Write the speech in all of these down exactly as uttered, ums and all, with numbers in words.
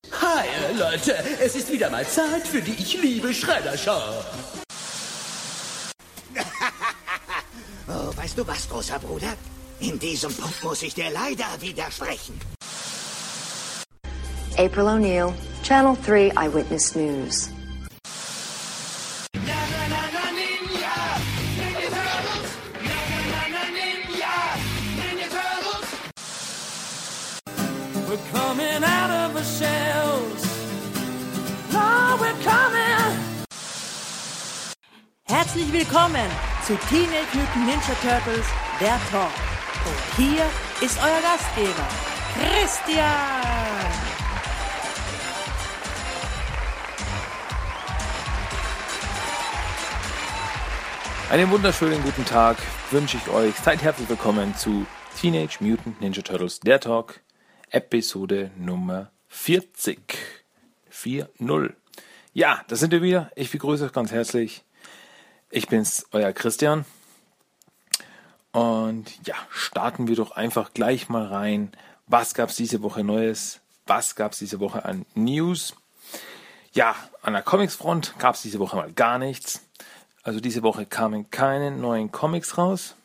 Hi Leute, es ist wieder mal Zeit für die Ich liebe Schredder-Show. Oh, weißt du was, großer Bruder? In diesem Punkt muss ich dir leider widersprechen. April O'Neil, Channel three Eyewitness News. We're coming out of the shells. No, we're coming. Herzlich willkommen zu Teenage Mutant Ninja Turtles, der Talk. Und hier ist euer Gastgeber, Christian. Einen wunderschönen guten Tag wünsche ich euch. Seid herzlich willkommen zu Teenage Mutant Ninja Turtles, der Talk, Episode Nummer vierzig. vier null. Ja, da sind wir wieder. Ich begrüße euch ganz herzlich. Ich bin's, euer Christian. Und ja, starten wir doch einfach gleich mal rein. Was gab's diese Woche Neues? Was gab's diese Woche an News? Ja, an der Comicsfront gab's diese Woche mal gar nichts. Also diese Woche kamen keine neuen Comics raus.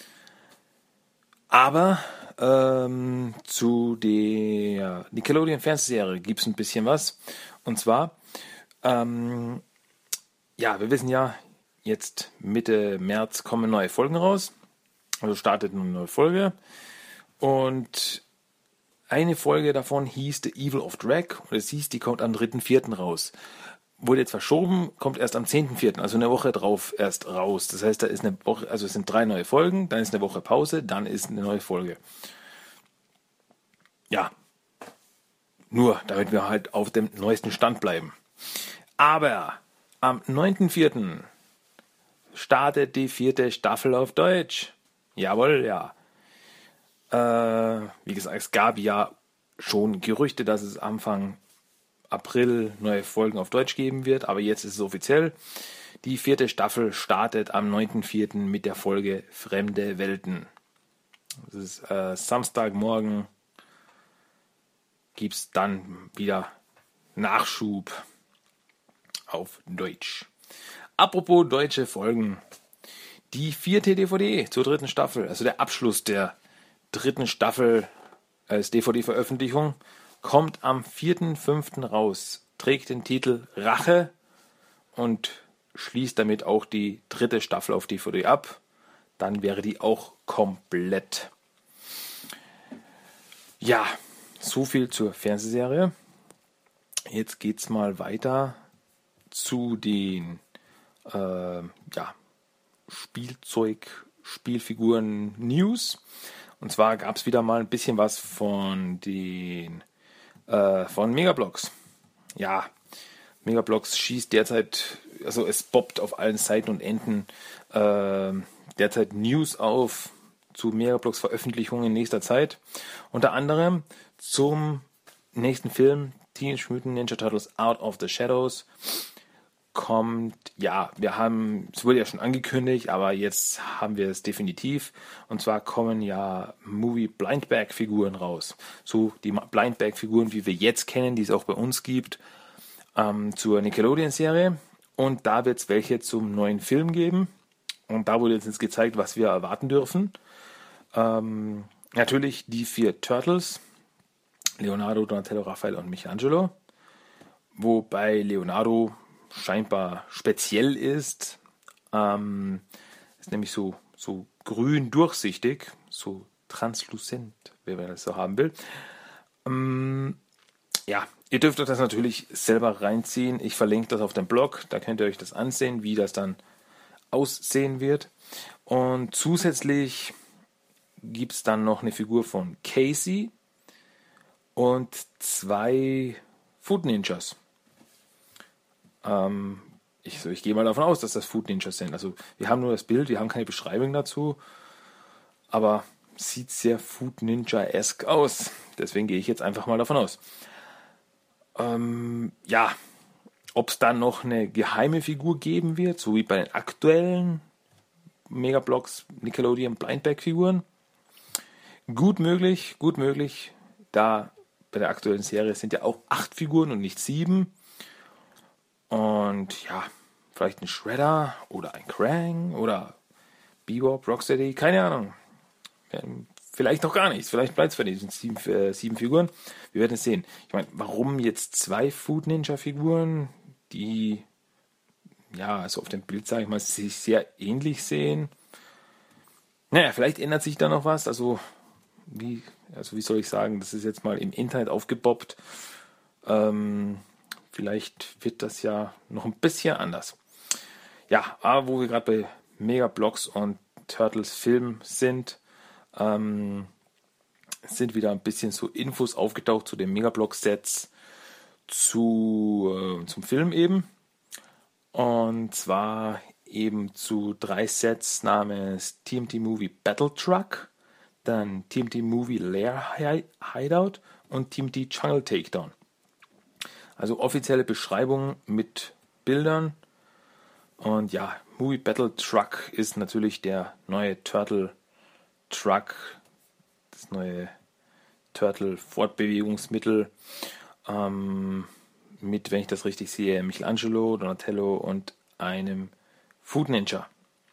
Aber ähm, zu der Nickelodeon Fernsehserie gibt es ein bisschen was. Und zwar, ähm, ja, wir wissen ja, jetzt Mitte März kommen neue Folgen raus. Also startet eine neue Folge. Und eine Folge davon hieß The Evil of Drag. Und es hieß, die kommt am dritten vierten raus. Wurde jetzt verschoben, kommt erst am zehnten vierten, also eine Woche drauf erst raus. Das heißt, da ist eine Woche, also es sind drei neue Folgen, dann ist eine Woche Pause, dann ist eine neue Folge. Ja, nur damit wir halt auf dem neuesten Stand bleiben. Aber am neunten vierten startet die vierte Staffel auf Deutsch. Jawohl, ja. Äh, wie gesagt, es gab ja schon Gerüchte, dass es Anfang April neue Folgen auf Deutsch geben wird, aber jetzt ist es offiziell. Die vierte Staffel startet am neunten vierten mit der Folge Fremde Welten. Das ist äh, Samstagmorgen, gibt es dann wieder Nachschub auf Deutsch. Apropos deutsche Folgen. Die vierte D V D zur dritten Staffel, also der Abschluss der dritten Staffel als D V D-Veröffentlichung, kommt am vierten fünften raus, trägt den Titel Rache und schließt damit auch die dritte Staffel auf D V D ab. Dann wäre die auch komplett. Ja, so viel zur Fernsehserie. Jetzt geht's mal weiter zu den äh, ja, Spielzeug, Spielfiguren News. Und zwar gab es wieder mal ein bisschen was von den von Megabloks. Ja, Megabloks schießt derzeit, also es poppt auf allen Seiten und Enden äh, derzeit News auf zu Megabloks Veröffentlichungen in nächster Zeit. Unter anderem zum nächsten Film Teenage Mutant Ninja Turtles Out of the Shadows kommt, ja, wir haben, es wurde ja schon angekündigt, aber jetzt haben wir es definitiv. Und zwar kommen ja Movie Blindbag-Figuren raus. So die Blindbag-Figuren, wie wir jetzt kennen, die es auch bei uns gibt, ähm, zur Nickelodeon-Serie. Und da wird es welche zum neuen Film geben. Und da wurde jetzt gezeigt, was wir erwarten dürfen. Ähm, natürlich die vier Turtles. Leonardo, Donatello, Raphael und Michelangelo. Wobei Leonardo scheinbar speziell ist. Ähm, ist nämlich so, so grün durchsichtig, so transluzent, wer das so haben will. Ähm, ja, ihr dürft euch das natürlich selber reinziehen. Ich verlinke das auf dem Blog, da könnt ihr euch das ansehen, wie das dann aussehen wird. Und zusätzlich gibt es dann noch eine Figur von Casey und zwei Food Ninjas. Ähm, ich, so, ich gehe mal davon aus, dass das Food Ninjas sind. Also wir haben nur das Bild, wir haben keine Beschreibung dazu, aber sieht sehr Food Ninja-esque aus. Deswegen gehe ich jetzt einfach mal davon aus. Ähm, ja, ob es dann noch eine geheime Figur geben wird, so wie bei den aktuellen Megabloks Nickelodeon Blindbag-Figuren. Gut möglich, gut möglich. Da bei der aktuellen Serie sind ja auch acht Figuren und nicht sieben. Und ja, vielleicht ein Shredder oder ein Krang oder Bebop, Rocksteady, keine Ahnung. Vielleicht noch gar nichts. Vielleicht bleibt es bei diesen sieben, äh, sieben Figuren. Wir werden es sehen. Ich meine, warum jetzt zwei Food Ninja Figuren, die ja, also auf dem Bild, sage ich mal, sich sehr ähnlich sehen? Naja, vielleicht ändert sich da noch was. Also wie, also wie soll ich sagen, das ist jetzt mal im Internet aufgepoppt. Ähm, vielleicht wird das ja noch ein bisschen anders. Ja, aber wo wir gerade bei Megablocks und Turtles Film sind, ähm, sind wieder ein bisschen so Infos aufgetaucht zu den Megablock-Sets zu, äh, zum Film eben. Und zwar eben zu drei Sets namens T M T Movie Battle Truck, dann T M T Movie Lair Hideout und T M T Jungle Takedown. Also offizielle Beschreibungen mit Bildern. Und ja, Movie Battle Truck ist natürlich der neue Turtle Truck, das neue Turtle Fortbewegungsmittel. Ähm, mit, wenn ich das richtig sehe, Michelangelo, Donatello und einem Food Ninja.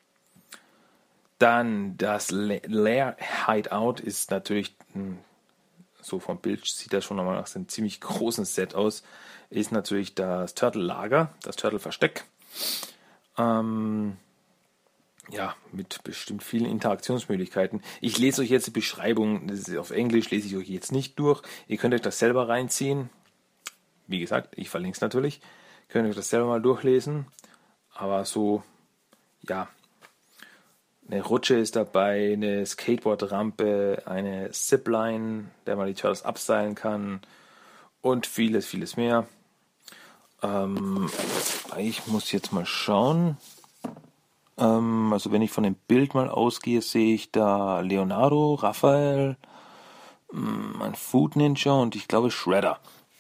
Dann das Lair Hideout ist natürlich, so vom Bild sieht das schon nochmal nach einem ziemlich großen Set aus, ist natürlich das Turtle Lager, das Turtle Versteck. Ähm, ja, mit bestimmt vielen Interaktionsmöglichkeiten. Ich lese euch jetzt die Beschreibung, das ist auf Englisch, lese ich euch jetzt nicht durch. Ihr könnt euch das selber reinziehen. Wie gesagt, ich verlinke es natürlich. Ihr könnt euch das selber mal durchlesen. Aber so, ja, eine Rutsche ist dabei, eine Skateboard-Rampe, eine Zipline, der man die Turtles abseilen kann und vieles, vieles mehr. Ähm, ich muss jetzt mal schauen. Ähm, also wenn ich von dem Bild mal ausgehe, sehe ich da Leonardo, Raphael, ein Food Ninja und ich glaube Shredder.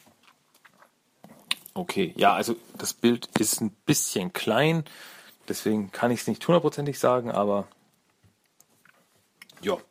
Okay, ja, also das Bild ist ein bisschen klein, deswegen kann ich es nicht hundertprozentig sagen, aber ja.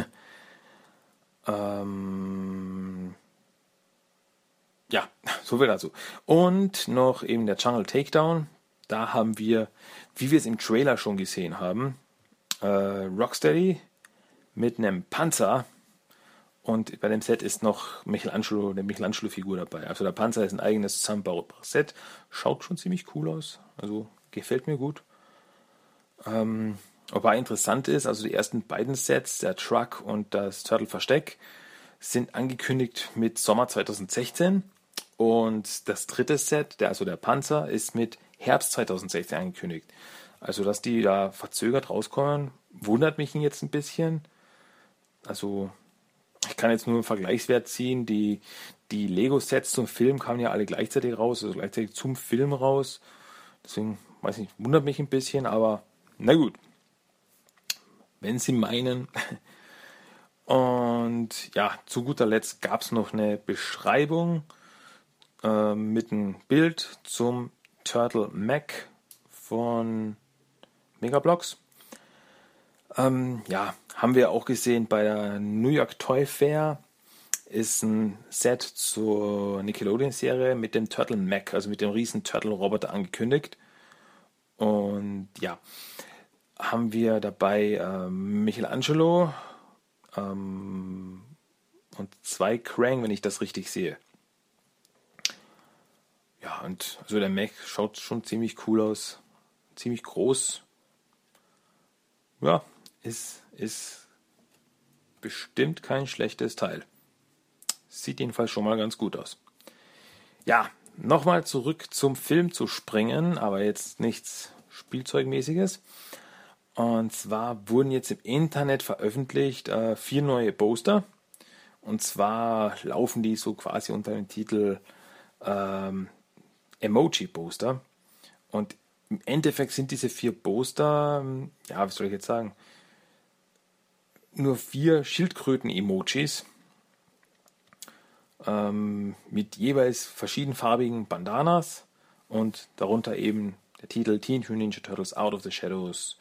ähm, ja, so viel dazu. Und noch eben der Jungle Takedown. Da haben wir, wie wir es im Trailer schon gesehen haben, äh, Rocksteady mit einem Panzer. Und bei dem Set ist noch Michelangelo, eine Michelangelo-Figur dabei. Also der Panzer ist ein eigenes zusammenbaubares Set. Schaut schon ziemlich cool aus. Also gefällt mir gut. Ähm, wobei interessant ist, also die ersten beiden Sets, der Truck und das Turtle Versteck, sind angekündigt mit Sommer zwanzig sechzehn. Und das dritte Set, der, also der Panzer, ist mit Herbst zwanzig sechzehn angekündigt. Also dass die da verzögert rauskommen, wundert mich jetzt ein bisschen. Also ich kann jetzt nur einen Vergleichswert ziehen. Die, die Lego-Sets zum Film kamen ja alle gleichzeitig raus, also gleichzeitig zum Film raus. Deswegen, weiß nicht, wundert mich ein bisschen, aber na gut. Wenn Sie meinen. Und ja, zu guter Letzt gab es noch eine Beschreibung äh, mit einem Bild zum Turtle Mac von Megablocks. Ähm, ja, haben wir auch gesehen bei der New York Toy Fair, ist ein Set zur Nickelodeon-Serie mit dem Turtle Mac, also mit dem riesen Turtle-Roboter angekündigt. Und ja, haben wir dabei ähm, Michelangelo ähm, und zwei Krang, wenn ich das richtig sehe. Ja, und also der Mac schaut schon ziemlich cool aus, ziemlich groß. Ja, ist, ist bestimmt kein schlechtes Teil. Sieht jedenfalls schon mal ganz gut aus. Ja, nochmal zurück zum Film zu springen, aber jetzt nichts Spielzeugmäßiges. Und zwar wurden jetzt im Internet veröffentlicht äh, vier neue Poster. Und zwar laufen die so quasi unter dem Titel ähm, Emoji-Poster. Und im Endeffekt sind diese vier Poster, ja, was soll ich jetzt sagen, nur vier Schildkröten-Emojis ähm, mit jeweils verschiedenfarbigen Bandanas und darunter eben der Titel Teenage Mutant Ninja Turtles Out of the Shadows,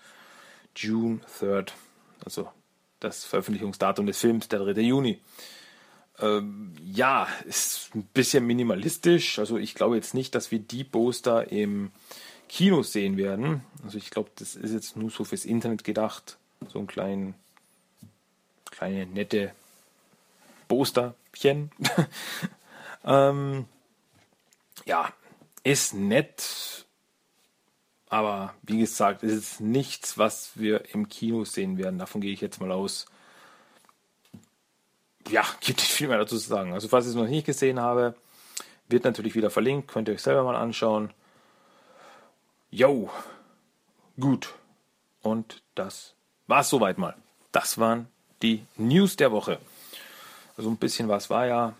June third, also das Veröffentlichungsdatum des Films, der dritte Juni. Ähm, ja, ist ein bisschen minimalistisch. Also ich glaube jetzt nicht, dass wir die Poster im Kino sehen werden. Also ich glaube, das ist jetzt nur so fürs Internet gedacht. So ein klein, kleine nette Posterchen. ähm, ja, ist nett. Aber wie gesagt, es ist nichts, was wir im Kino sehen werden. Davon gehe ich jetzt mal aus. Ja, gibt nicht viel mehr dazu zu sagen. Also falls ich es noch nicht gesehen habe, wird natürlich wieder verlinkt. Könnt ihr euch selber mal anschauen. Jo, gut. Und das war's soweit mal. Das waren die News der Woche. Also ein bisschen was war ja.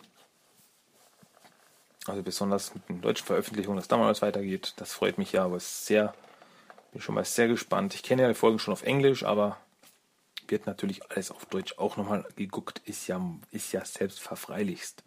Also besonders mit den deutschen Veröffentlichungen, dass da mal was weitergeht. Das freut mich ja, aber sehr, bin schon mal sehr gespannt. Ich kenne ja die Folgen schon auf Englisch, aber wird natürlich alles auf Deutsch auch nochmal geguckt. Ist ja, ist ja selbstverfreilichst.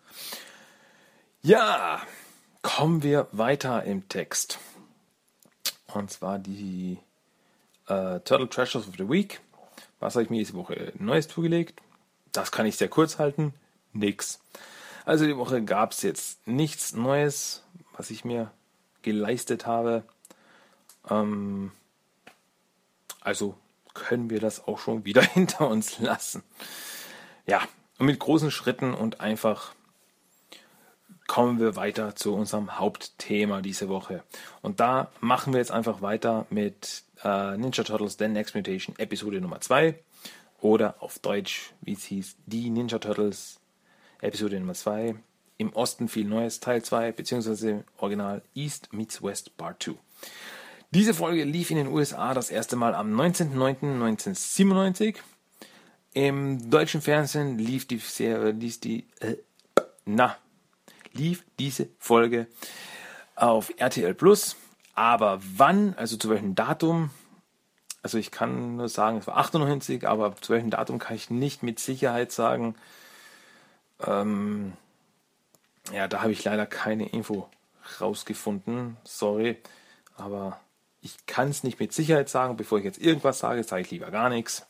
Ja, kommen wir weiter im Text. Und zwar die äh, Turtle Treasures of the Week. Was habe ich mir diese Woche Neues zugelegt? Das kann ich sehr kurz halten. Nix. Also die Woche gab es jetzt nichts Neues, was ich mir geleistet habe. Ähm, also können wir das auch schon wieder hinter uns lassen. Ja, und mit großen Schritten und einfach kommen wir weiter zu unserem Hauptthema diese Woche. Und da machen wir jetzt einfach weiter mit äh, Ninja Turtles The Next Mutation Episode Nummer zwei oder auf Deutsch, wie es hieß, die Ninja Turtles Episode Nummer zwei, im Osten viel Neues, Teil zwei, beziehungsweise Original East meets West Part zwei. Diese Folge lief in den U S A das erste Mal am neunzehnten neunten neunzehnhundertsiebenundneunzig. Im deutschen Fernsehen lief die Serie, lief die, äh, na, lief diese Folge auf R T L Plus. Aber wann, also zu welchem Datum, also ich kann nur sagen, es war achtundneunzig, aber zu welchem Datum kann ich nicht mit Sicherheit sagen. Ähm, ja, da habe ich leider keine Info rausgefunden. Sorry, aber ich kann es nicht mit Sicherheit sagen. Bevor ich jetzt irgendwas sage, sage ich lieber gar nichts.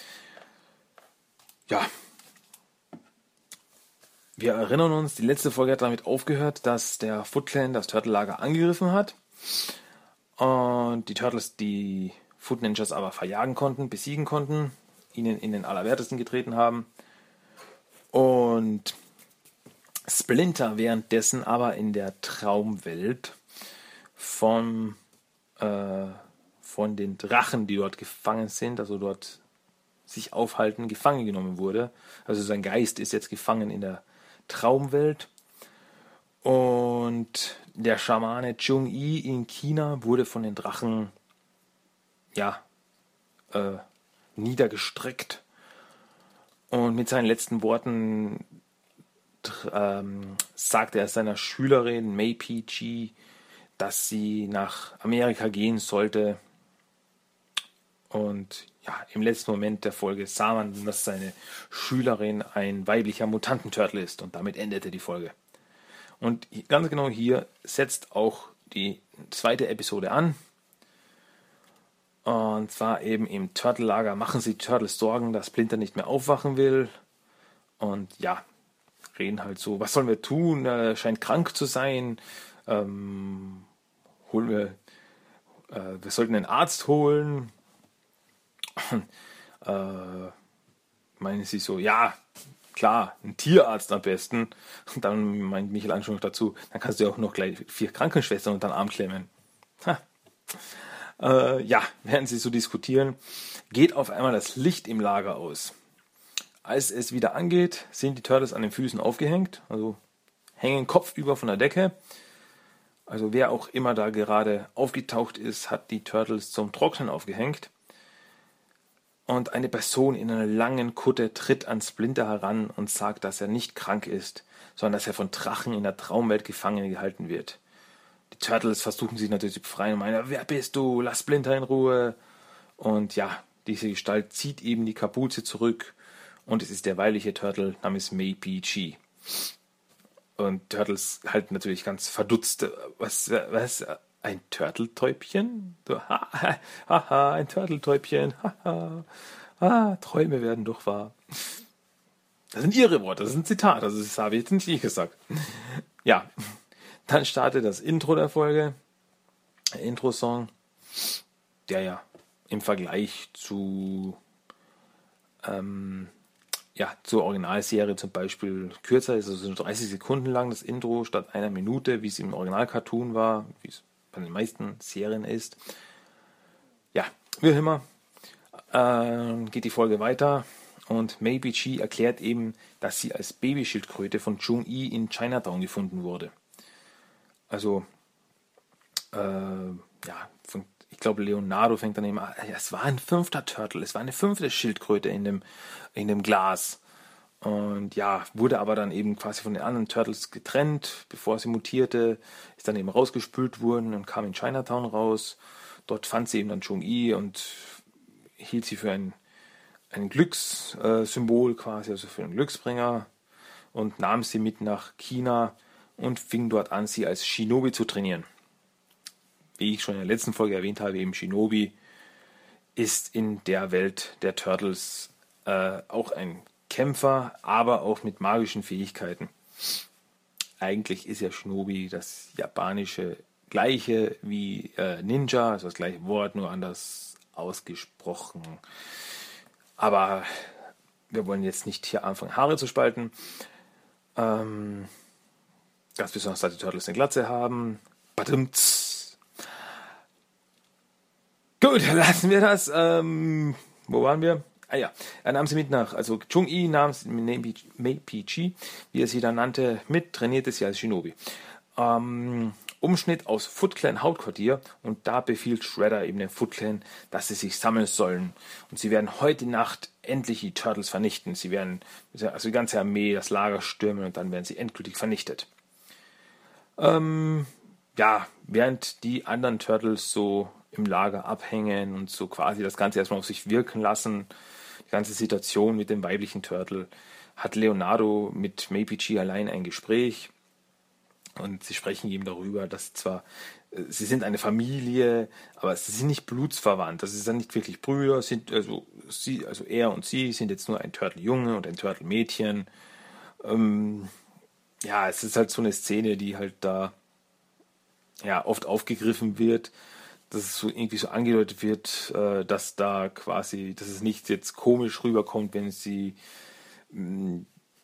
Ja, wir erinnern uns, die letzte Folge hat damit aufgehört, dass der Foot Clan das Turtle-Lager angegriffen hat und die Turtles die Foot Ninjas aber verjagen konnten, besiegen konnten, ihnen in den Allerwertesten getreten haben. Und Splinter währenddessen aber in der Traumwelt von, äh, von den Drachen, die dort gefangen sind, also dort sich aufhalten, gefangen genommen wurde. Also sein Geist ist jetzt gefangen in der Traumwelt. Und der Schamane Chung-Yi in China wurde von den Drachen ja, äh, niedergestreckt. Und mit seinen letzten Worten ähm, sagte er seiner Schülerin Mei Pi Chi, dass sie nach Amerika gehen sollte. Und ja, im letzten Moment der Folge sah man, dass seine Schülerin ein weiblicher Mutantenturtle ist. Und damit endete die Folge. Und ganz genau hier setzt auch die zweite Episode an. Und zwar eben im Turtle-Lager machen sich die Turtles Sorgen, dass Splinter nicht mehr aufwachen will. Und ja, reden halt so, was sollen wir tun? Er scheint krank zu sein. Ähm, holen wir, äh, wir sollten einen Arzt holen. äh, meinen sie so, ja, klar, ein Tierarzt am besten. Und dann meint Michelangelo noch dazu, dann kannst du ja auch noch gleich vier Krankenschwestern unter den Arm klemmen. Ha. Äh, ja, während sie so diskutieren, geht auf einmal das Licht im Lager aus. Als es wieder angeht, sind die Turtles an den Füßen aufgehängt, also hängen kopfüber von der Decke. Also wer auch immer da gerade aufgetaucht ist, hat die Turtles zum Trocknen aufgehängt. Und eine Person in einer langen Kutte tritt an Splinter heran und sagt, dass er nicht krank ist, sondern dass er von Drachen in der Traumwelt gefangen gehalten wird. Die Turtles versuchen sich natürlich zu befreien und meinen, wer bist du? Lass Splinter in Ruhe. Und ja, diese Gestalt zieht eben die Kapuze zurück und es ist der weibliche Turtle namens Mei Pi Chi. Und Turtles halt natürlich ganz verdutzt. Was, was, ein Turteltäubchen? Haha, ha, ha, ein Turteltäubchen. Haha. Ah, Träume werden doch wahr. Das sind ihre Worte, das ist ein Zitat, also das habe ich jetzt nicht ich gesagt. Ja, dann startet das Intro der Folge, der Intro-Song, der ja im Vergleich zu ähm, ja, zur Originalserie zum Beispiel kürzer ist, also dreißig Sekunden lang das Intro statt einer Minute, wie es im Original-Cartoon war, wie es bei den meisten Serien ist. Ja, wie immer äh, geht die Folge weiter. Und Mei Bi-Chi erklärt eben, dass sie als Babyschildkröte von Chung-Yi in Chinatown gefunden wurde. Also, äh, ja, von, ich glaube, Leonardo fängt dann eben an, es war ein fünfter Turtle, es war eine fünfte Schildkröte in dem, in dem Glas. Und ja, wurde aber dann eben quasi von den anderen Turtles getrennt, bevor sie mutierte, ist dann eben rausgespült worden und kam in Chinatown raus. Dort fand sie eben dann Chung-Yi und hielt sie für ein ein Glückssymbol quasi, also für einen Glücksbringer, und nahm sie mit nach China und fing dort an, sie als Shinobi zu trainieren. Wie ich schon in der letzten Folge erwähnt habe, eben Shinobi ist in der Welt der Turtles äh, auch ein Kämpfer, aber auch mit magischen Fähigkeiten. Eigentlich ist ja Shinobi das japanische gleiche wie äh, Ninja, also das gleiche Wort, nur anders ausgesprochen. Aber wir wollen jetzt nicht hier anfangen, Haare zu spalten. Ähm, ganz besonders, da die Turtles eine Glatze haben. Badumts. Gut, lassen wir das. Ähm, wo waren wir? Ah ja, er nahm sie mit nach, also Chung-Yi nahm Mei Bi-Chi, wie er sie dann nannte, mit, trainierte sie als Shinobi. Ähm, Umschnitt aus Foot Clan Hauptquartier, und da befiehlt Shredder eben den Foot Clan, dass sie sich sammeln sollen. Und sie werden heute Nacht endlich die Turtles vernichten. Sie werden, also die ganze Armee, das Lager stürmen, und dann werden sie endgültig vernichtet. Ähm, ja, während die anderen Turtles so im Lager abhängen und so quasi das Ganze erstmal auf sich wirken lassen, die ganze Situation mit dem weiblichen Turtle, hat Leonardo mit Mei Bi-Chi allein ein Gespräch. Und sie sprechen eben darüber, dass zwar, äh, sie sind eine Familie, aber sie sind nicht blutsverwandt. Das ist dann nicht wirklich Brüder, sind, also, sie, also er und sie sind jetzt nur ein Turtle-Junge und ein Turtle-Mädchen. Ähm, ja, es ist halt so eine Szene, die halt da ja oft aufgegriffen wird, dass es so irgendwie so angedeutet wird, äh, dass da quasi, dass es nicht jetzt komisch rüberkommt, wenn sie mh,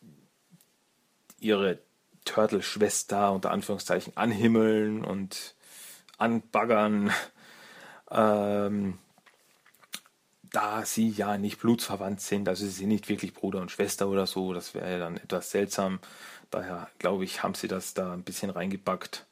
ihre Turtle-Schwester unter Anführungszeichen anhimmeln und anbaggern, ähm, da sie ja nicht blutsverwandt sind, also sie sind nicht wirklich Bruder und Schwester oder so, das wäre ja dann etwas seltsam. Daher glaube ich, haben sie das da ein bisschen reingepackt.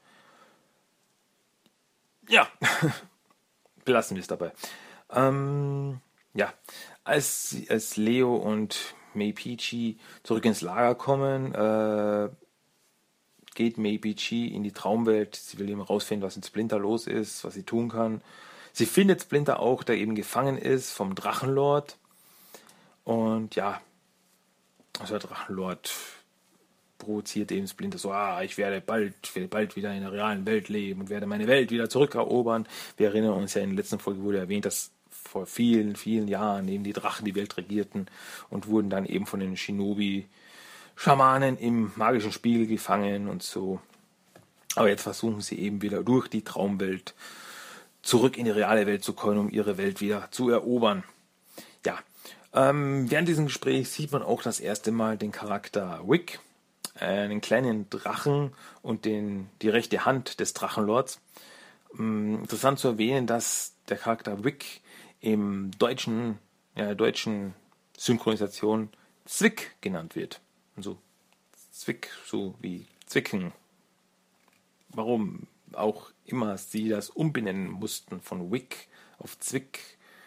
Ja, belassen wir es dabei. Ähm, ja, als, als Leo und Mei Bi-Chi zurück ins Lager kommen, äh, geht Mei Bi-Chi in die Traumwelt. Sie will eben rausfinden, was mit Splinter los ist, was sie tun kann. Sie findet Splinter auch, der eben gefangen ist vom Drachenlord. Und ja, also der Drachenlord provoziert eben Splinter so, ah, ich werde bald, ich werde bald wieder in der realen Welt leben und werde meine Welt wieder zurückerobern. Wir erinnern uns ja, in der letzten Folge wurde erwähnt, dass vor vielen, vielen Jahren eben die Drachen die Welt regierten und wurden dann eben von den Shinobi Schamanen im magischen Spiegel gefangen und so. Aber jetzt versuchen sie eben wieder durch die Traumwelt zurück in die reale Welt zu kommen, um ihre Welt wieder zu erobern. Ja, ähm, während diesem Gespräch sieht man auch das erste Mal den Charakter Wick, einen kleinen Drachen und den, die rechte Hand des Drachenlords. Ähm, interessant zu erwähnen, dass der Charakter Wick im deutschen, ja, deutschen Synchronisation Zwick genannt wird. So Zwick, so wie Zwicken. Warum auch immer sie das umbenennen mussten von Wick auf Zwick.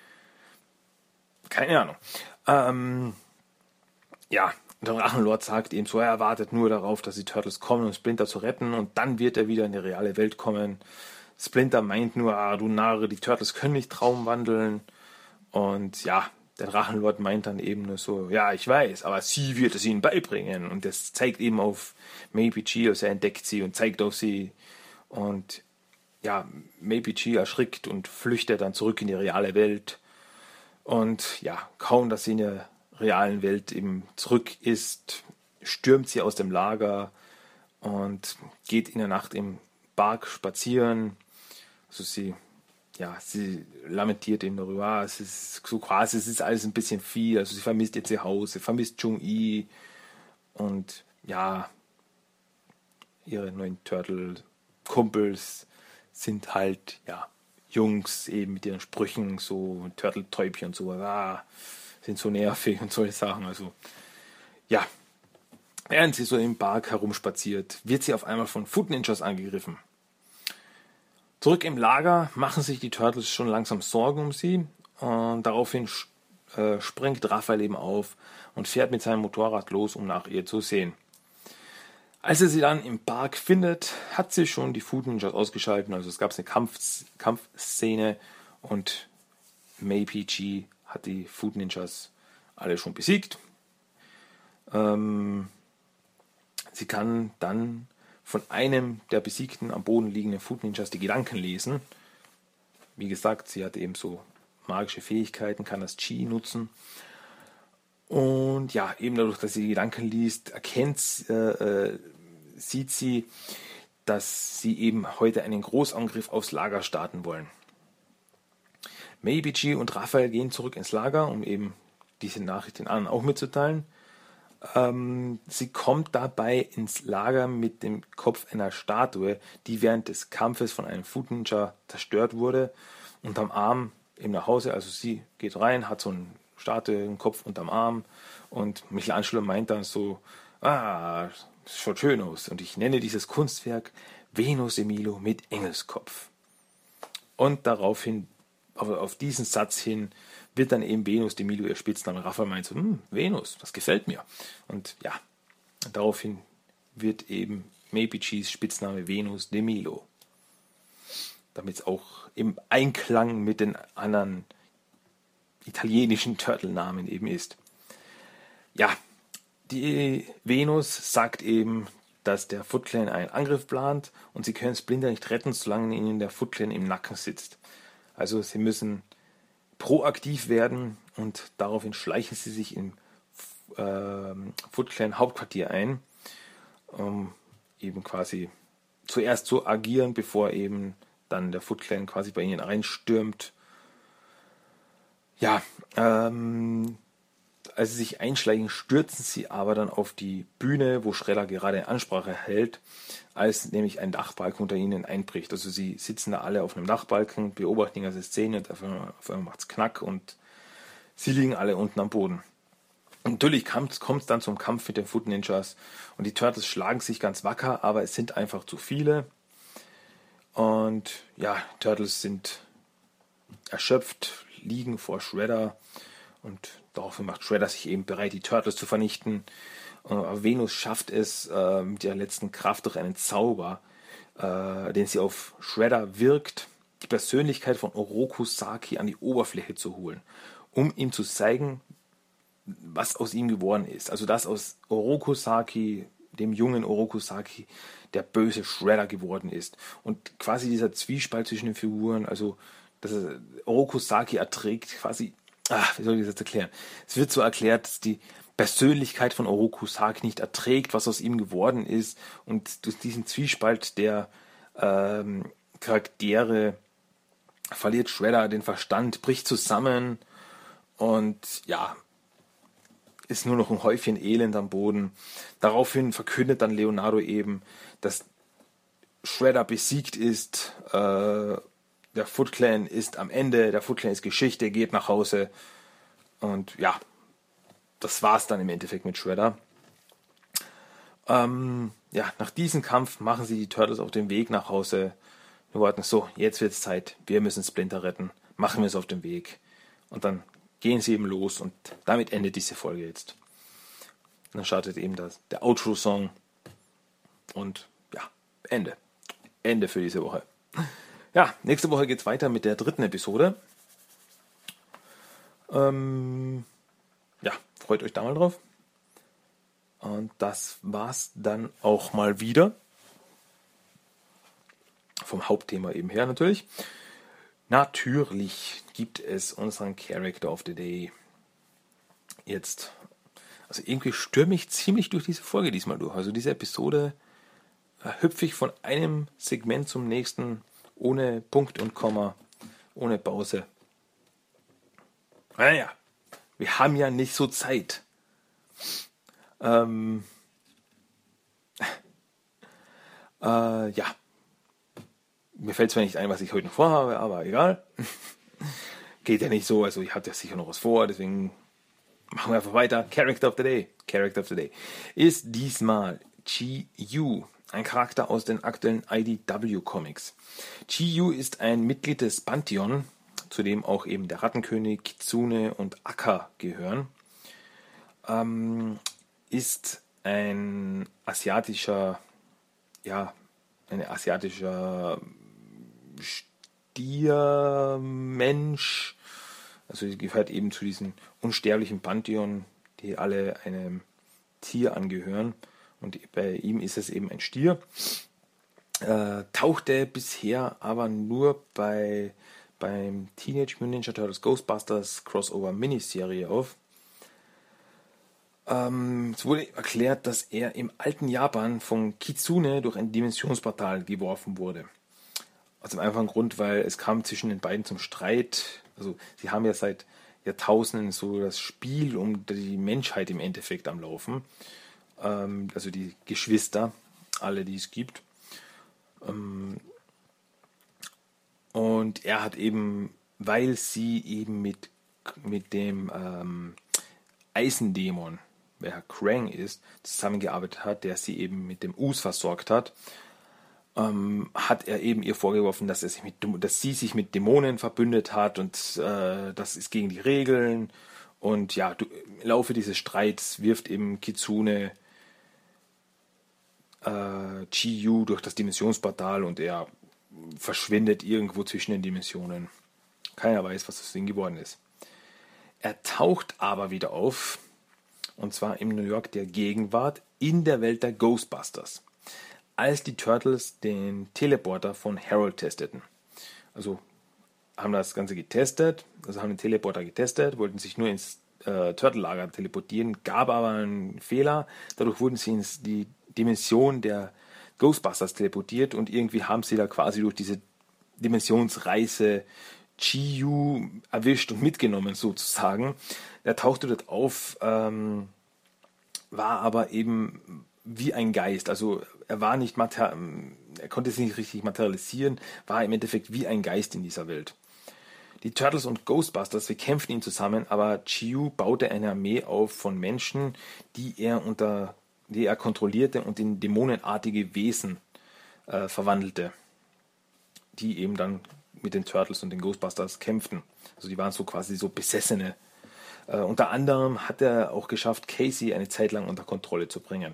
Keine Ahnung. Ähm, ja, der Drachenlord sagt ihm so, er wartet nur darauf, dass die Turtles kommen, um Splinter zu retten, und dann wird er wieder in die reale Welt kommen. Splinter meint nur, ah, du Narre, die Turtles können nicht traumwandeln. Und ja, der Drachenlord meint dann eben nur so, ja, ich weiß, aber sie wird es ihnen beibringen. Und das zeigt eben auf Mei Bi-Chi, also er entdeckt sie und zeigt auf sie. Und ja, Mei Bi-Chi erschrickt und flüchtet dann zurück in die reale Welt. Und ja, kaum, dass sie in der realen Welt eben zurück ist, stürmt sie aus dem Lager und geht in der Nacht im Park spazieren. Also sie, ja, sie lamentiert eben darüber, ah, es ist so quasi, es ist alles ein bisschen viel. Also sie vermisst ihr Zuhause, vermisst Chung-Yi und ja, ihre neuen Turtle-Kumpels sind halt, ja, Jungs eben mit ihren Sprüchen, so Turtle-Täubchen und so, ah, sind so nervig und solche Sachen. Also, ja, während sie so im Park herumspaziert, wird sie auf einmal von Foot Ninjas angegriffen. Zurück im Lager machen sich die Turtles schon langsam Sorgen um sie und daraufhin äh, springt Raphael eben auf und fährt mit seinem Motorrad los, um nach ihr zu sehen. Als er sie dann im Park findet, hat sie schon die Foot Ninjas ausgeschaltet. Also es gab eine Kampf- Kampfszene und Mei P G hat die Foot Ninjas alle schon besiegt. Ähm, sie kann dann von einem der besiegten am Boden liegenden Foot Ninjas die Gedanken lesen. Wie gesagt, sie hat eben so magische Fähigkeiten, kann das Chi nutzen. Und ja, eben dadurch, dass sie die Gedanken liest, erkennt, äh, sieht sie, dass sie eben heute einen Großangriff aufs Lager starten wollen. Mei P G und Raphael gehen zurück ins Lager, um eben diese Nachricht den anderen auch mitzuteilen. Ähm, sie kommt dabei ins Lager mit dem Kopf einer Statue, die während des Kampfes von einem Foot Ninja zerstört wurde, unterm Arm eben nach Hause. Also sie geht rein, hat so einen Statue im Kopf unterm Arm und Michelangelo meint dann so, ah, das schaut schön aus und ich nenne dieses Kunstwerk Venus de Milo mit Engelskopf. Und daraufhin, auf, auf diesen Satz hin, wird dann eben Venus de Milo ihr Spitzname. Raphael meint so, hm, Venus, das gefällt mir. Und ja, daraufhin wird eben Mei P Gs Spitzname Venus de Milo. Damit es auch im Einklang mit den anderen italienischen Turtle-Namen eben ist. Ja, die Venus sagt eben, dass der Foot Clan einen Angriff plant und sie können Splinter nicht retten, solange ihnen der Foot Clan im Nacken sitzt. Also sie müssen proaktiv werden und daraufhin schleichen sie sich im äh, Foot Clan Hauptquartier ein, um eben quasi zuerst zu agieren, bevor eben dann der Foot Clan quasi bei ihnen reinstürmt. Ja, ähm, als sie sich einschleichen, stürzen sie aber dann auf die Bühne, wo Shredder gerade eine Ansprache hält, als nämlich ein Dachbalken unter ihnen einbricht. Also sie sitzen da alle auf einem Dachbalken, beobachten die ganze Szene und auf einmal, auf einmal macht es Knack und sie liegen alle unten am Boden. Und natürlich kommt es dann zum Kampf mit den Foot Ninjas und die Turtles schlagen sich ganz wacker, aber es sind einfach zu viele. Und ja, Turtles sind erschöpft, liegen vor Shredder und daraufhin macht Shredder sich eben bereit, die Turtles zu vernichten. Aber Venus schafft es äh, mit ihrer letzten Kraft durch einen Zauber, äh, den sie auf Shredder wirkt, die Persönlichkeit von Oroku Saki an die Oberfläche zu holen, um ihm zu zeigen, was aus ihm geworden ist. Also dass aus Oroku Saki, dem jungen Oroku Saki, der böse Shredder geworden ist. Und quasi dieser Zwiespalt zwischen den Figuren, also dass Oroku Saki erträgt quasi, ach, wie soll ich das jetzt erklären? Es wird so erklärt, dass die Persönlichkeit von Oroku Saki nicht erträgt, was aus ihm geworden ist, und durch diesen Zwiespalt der ähm, Charaktere verliert Shredder den Verstand, bricht zusammen und ja, ist nur noch ein Häufchen Elend am Boden. Daraufhin verkündet dann Leonardo eben, dass Shredder besiegt ist, äh, der Foot Clan ist am Ende, der Foot Clan ist Geschichte, geht nach Hause und ja, das war's dann im Endeffekt mit Shredder. Ähm, ja, nach diesem Kampf machen sie die Turtles auf den Weg nach Hause. Wir warten, so, jetzt wird's Zeit, wir müssen Splinter retten, machen wir es auf dem Weg. Und dann gehen sie eben los und damit endet diese Folge jetzt. Und dann startet eben das, der Outro-Song und ja, Ende. Ende für diese Woche. Ja, nächste Woche geht's weiter mit der dritten Episode. Ähm, ja, freut euch da mal drauf. Und das war's dann auch mal wieder. Vom Hauptthema eben her natürlich. Natürlich gibt es unseren Character of the Day. jetzt. Also irgendwie stürme ich ziemlich durch diese Folge diesmal durch. Also diese Episode äh, hüpfe ich von einem Segment zum nächsten, ohne Punkt und Komma, ohne Pause. Naja, wir haben ja nicht so Zeit. Ähm, äh, ja. Mir fällt zwar nicht ein, was ich heute noch vorhabe, aber egal. Geht ja nicht so, also ich hatte ja sicher noch was vor, deswegen machen wir einfach weiter. Character of the Day. Character of the Day ist diesmal Chi-Yu, ein Charakter aus den aktuellen I D W-Comics. Chi-Yu ist ein Mitglied des Pantheon, zu dem auch eben der Rattenkönig, Kitsune und Akka gehören. Ähm, ist ein asiatischer, ja, ein asiatischer Stiermensch, also sie gehört eben zu diesem unsterblichen Pantheon, die alle einem Tier angehören, und bei ihm ist es eben ein Stier. Äh, tauchte bisher aber nur bei beim Teenage Mutant Ninja Turtles Ghostbusters Crossover Miniserie auf. Ähm, es wurde erklärt, dass er im alten Japan von Kitsune durch ein Dimensionsportal geworfen wurde. Aus dem einfachen Grund, weil es kam zwischen den beiden zum Streit. Also sie haben ja seit Jahrtausenden so das Spiel um die Menschheit im Endeffekt am Laufen. Ähm, also die Geschwister, alle, die es gibt. Ähm, und er hat eben, weil sie eben mit, mit dem ähm, Eisendämon, wer Krang ist, zusammengearbeitet hat, der sie eben mit dem Us versorgt hat, ähm, hat er eben ihr vorgeworfen, dass, er sich mit, dass sie sich mit Dämonen verbündet hat, und äh, das ist gegen die Regeln. Und ja, du, im Laufe dieses Streits wirft eben Kitsune äh, Chi-Yu durch das Dimensionsportal und er verschwindet irgendwo zwischen den Dimensionen. Keiner weiß, was aus ihm geworden ist. Er taucht aber wieder auf, und zwar im New York der Gegenwart, in der Welt der Ghostbusters, als die Turtles den Teleporter von Harold testeten. Also haben das Ganze getestet, also haben den Teleporter getestet, wollten sich nur ins äh, Turtle-Lager teleportieren, gab aber einen Fehler, dadurch wurden sie in die Dimension der Ghostbusters teleportiert, und irgendwie haben sie da quasi durch diese Dimensionsreise Chi-Yu erwischt und mitgenommen sozusagen. Er tauchte dort auf, ähm, war aber eben wie ein Geist, also er war nicht mater- er konnte sich nicht richtig materialisieren, war im Endeffekt wie ein Geist in dieser Welt. Die Turtles und Ghostbusters, wir kämpften ihn zusammen, aber Chi-Yu baute eine Armee auf von Menschen, die er unter die er kontrollierte und in dämonenartige Wesen äh, verwandelte, die eben dann mit den Turtles und den Ghostbusters kämpften. Also die waren so quasi so Besessene. Äh, unter anderem hat er auch geschafft, Casey eine Zeit lang unter Kontrolle zu bringen.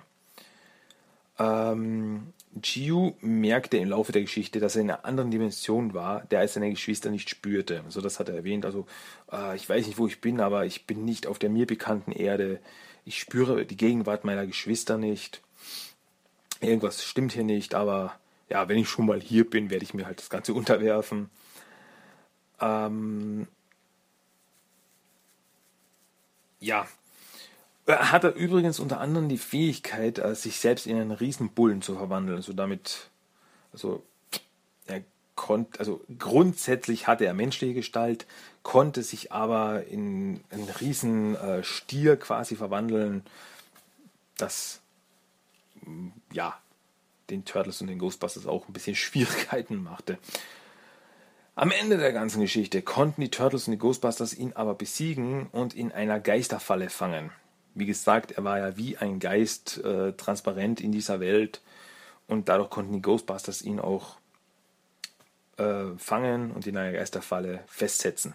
Ähm, Chi-Yu merkte im Laufe der Geschichte, dass er in einer anderen Dimension war, der er seine Geschwister nicht spürte. Also das hat er erwähnt. Also äh, ich weiß nicht, wo ich bin, aber ich bin nicht auf der mir bekannten Erde. Ich spüre die Gegenwart meiner Geschwister nicht. Irgendwas stimmt hier nicht, aber ja, wenn ich schon mal hier bin, werde ich mir halt das Ganze unterwerfen. Ähm ja, hat er übrigens unter anderem die Fähigkeit, sich selbst in einen Riesenbullen zu verwandeln. Also damit, also er konnte, also grundsätzlich hatte er menschliche Gestalt, konnte sich aber in einen riesen äh, Stier quasi verwandeln, das ja den Turtles und den Ghostbusters auch ein bisschen Schwierigkeiten machte. Am Ende der ganzen Geschichte konnten die Turtles und die Ghostbusters ihn aber besiegen und in einer Geisterfalle fangen. Wie gesagt, er war ja wie ein Geist äh, transparent in dieser Welt, und dadurch konnten die Ghostbusters ihn auch äh, fangen und in einer Geisterfalle festsetzen.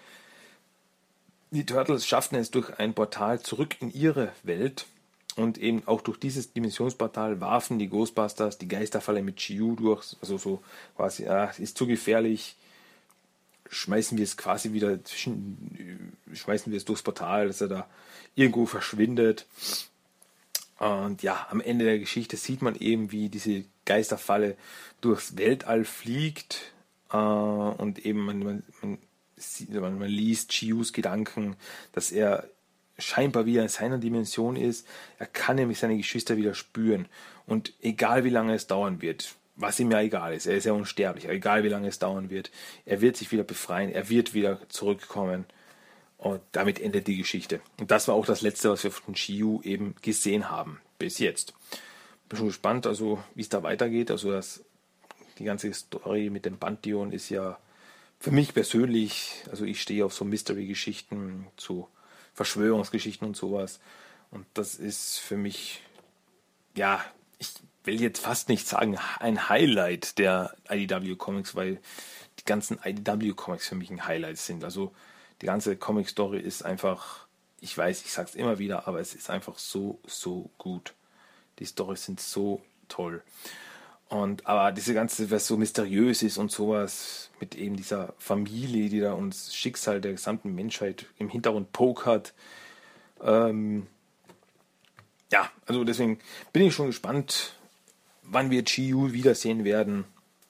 Die Turtles schafften es durch ein Portal zurück in ihre Welt, und eben auch durch dieses Dimensionsportal warfen die Ghostbusters die Geisterfalle mit Chi-Yu durch, also so quasi, ah, ist zu gefährlich, schmeißen wir es quasi wieder zwischen, schmeißen wir es durchs Portal, dass er da irgendwo verschwindet. Und ja, am Ende der Geschichte sieht man eben, wie diese Geisterfalle durchs Weltall fliegt, äh, und eben man, man, man, sieht, man liest Chi-Yus Gedanken, dass er scheinbar wieder in seiner Dimension ist. Er kann nämlich seine Geschwister wieder spüren. Und egal wie lange es dauern wird, was ihm ja egal ist, er ist ja unsterblich, aber egal wie lange es dauern wird, er wird sich wieder befreien, er wird wieder zurückkommen. Und damit endet die Geschichte. Und das war auch das Letzte, was wir von Chi-Yu eben gesehen haben, bis jetzt. Bin schon gespannt, also wie es da weitergeht. Also das, die ganze Story mit dem Pantheon ist ja für mich persönlich, also ich stehe auf so Mystery-Geschichten, zu Verschwörungsgeschichten und sowas. Und das ist für mich, ja, ich will jetzt fast nicht sagen, ein Highlight der I D W Comics, weil die ganzen I D W Comics für mich ein Highlight sind. Also die ganze Comic-Story ist einfach, ich weiß, ich sag's immer wieder, aber es ist einfach so, so gut. Die Storys sind so toll. Und aber diese ganze, was so mysteriös ist und sowas, mit eben dieser Familie, die da uns Schicksal der gesamten Menschheit im Hintergrund pokert. Ähm, ja, also deswegen bin ich schon gespannt, wann wir Chi-Yu wiedersehen werden.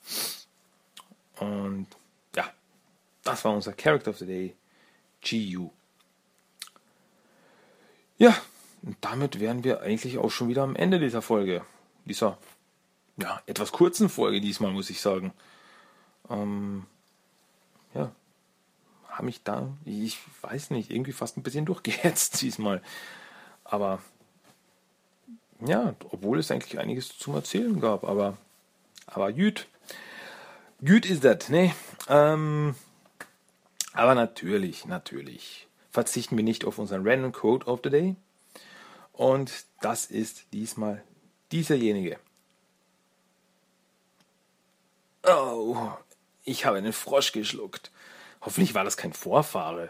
Und ja, das war unser Character of the Day, Chi-Yu. Ja, und damit wären wir eigentlich auch schon wieder am Ende dieser Folge. Dieser ja, etwas kurzen Folge diesmal, muss ich sagen. Ähm, ja, habe mich da, ich weiß nicht, irgendwie fast ein bisschen durchgehetzt diesmal. Aber ja, obwohl es eigentlich einiges zum Erzählen gab, aber aber gut. Gut ist das, ne? Ähm, aber natürlich, natürlich verzichten wir nicht auf unseren Random Quote of the Day. Und das ist diesmal dieserjenige. Oh, ich habe einen Frosch geschluckt. Hoffentlich war das kein Vorfahre.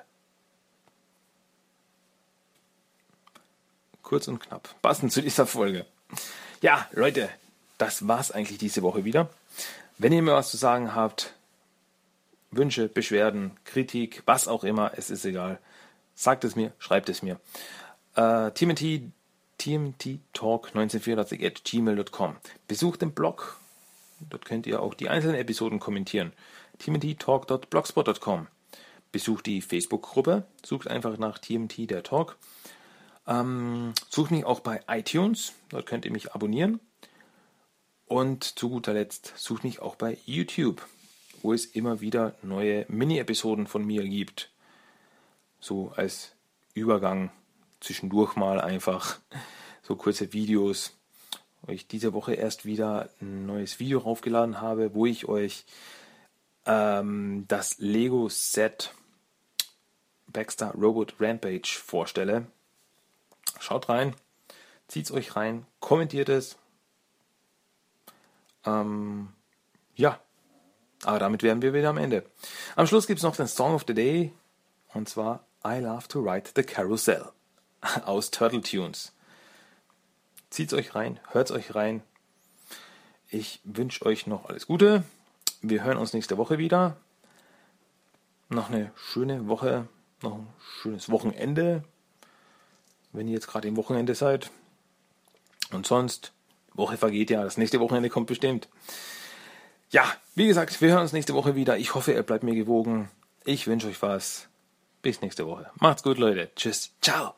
Kurz und knapp. Passend zu dieser Folge. Ja, Leute, das war's eigentlich diese Woche wieder. Wenn ihr mir was zu sagen habt, Wünsche, Beschwerden, Kritik, was auch immer, es ist egal. Sagt es mir, schreibt es mir. Uh, T M T, T M T Talk neunzehnhundertvierundachtzig at gmail dot com. Besucht den Blog. Dort könnt ihr auch die einzelnen Episoden kommentieren. T M T talk dot blogspot dot com. Besucht die Facebook-Gruppe. Sucht einfach nach T M T der Talk. Ähm, sucht mich auch bei iTunes. Dort könnt ihr mich abonnieren. Und zu guter Letzt sucht mich auch bei YouTube, wo es immer wieder neue Mini-Episoden von mir gibt. So als Übergang zwischendurch mal einfach so kurze Videos, wo ich diese Woche erst wieder ein neues Video raufgeladen habe, wo ich euch ähm, das Lego-Set Baxter Robot Rampage vorstelle. Schaut rein, zieht's euch rein, kommentiert es. Ähm, ja, aber damit wären wir wieder am Ende. Am Schluss gibt es noch den Song of the Day, und zwar I Love to Ride the Carousel aus Turtle Tunes. Zieht's euch rein, hört's euch rein. Ich wünsche euch noch alles Gute. Wir hören uns nächste Woche wieder. Noch eine schöne Woche, noch ein schönes Wochenende, wenn ihr jetzt gerade im Wochenende seid. Und sonst, Woche vergeht ja, das nächste Wochenende kommt bestimmt. Ja, wie gesagt, wir hören uns nächste Woche wieder. Ich hoffe, ihr bleibt mir gewogen. Ich wünsche euch was. Bis nächste Woche. Macht's gut, Leute. Tschüss. Ciao.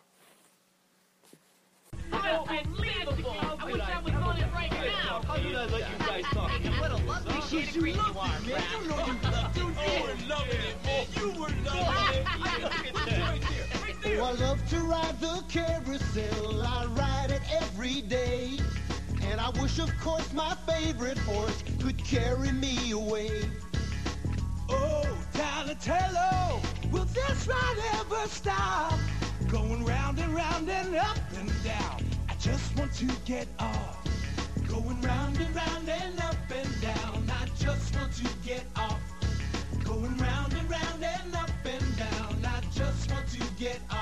Oh, I love to ride the carousel. I ride it every day. And I wish, of course, my favorite horse could carry me away. Oh, Donatello, will this ride ever stop? Going round and round and up and down. I just want to get off. Going round and round and up and down. I just want to get off. Going round and round and up and down. I just want to get off.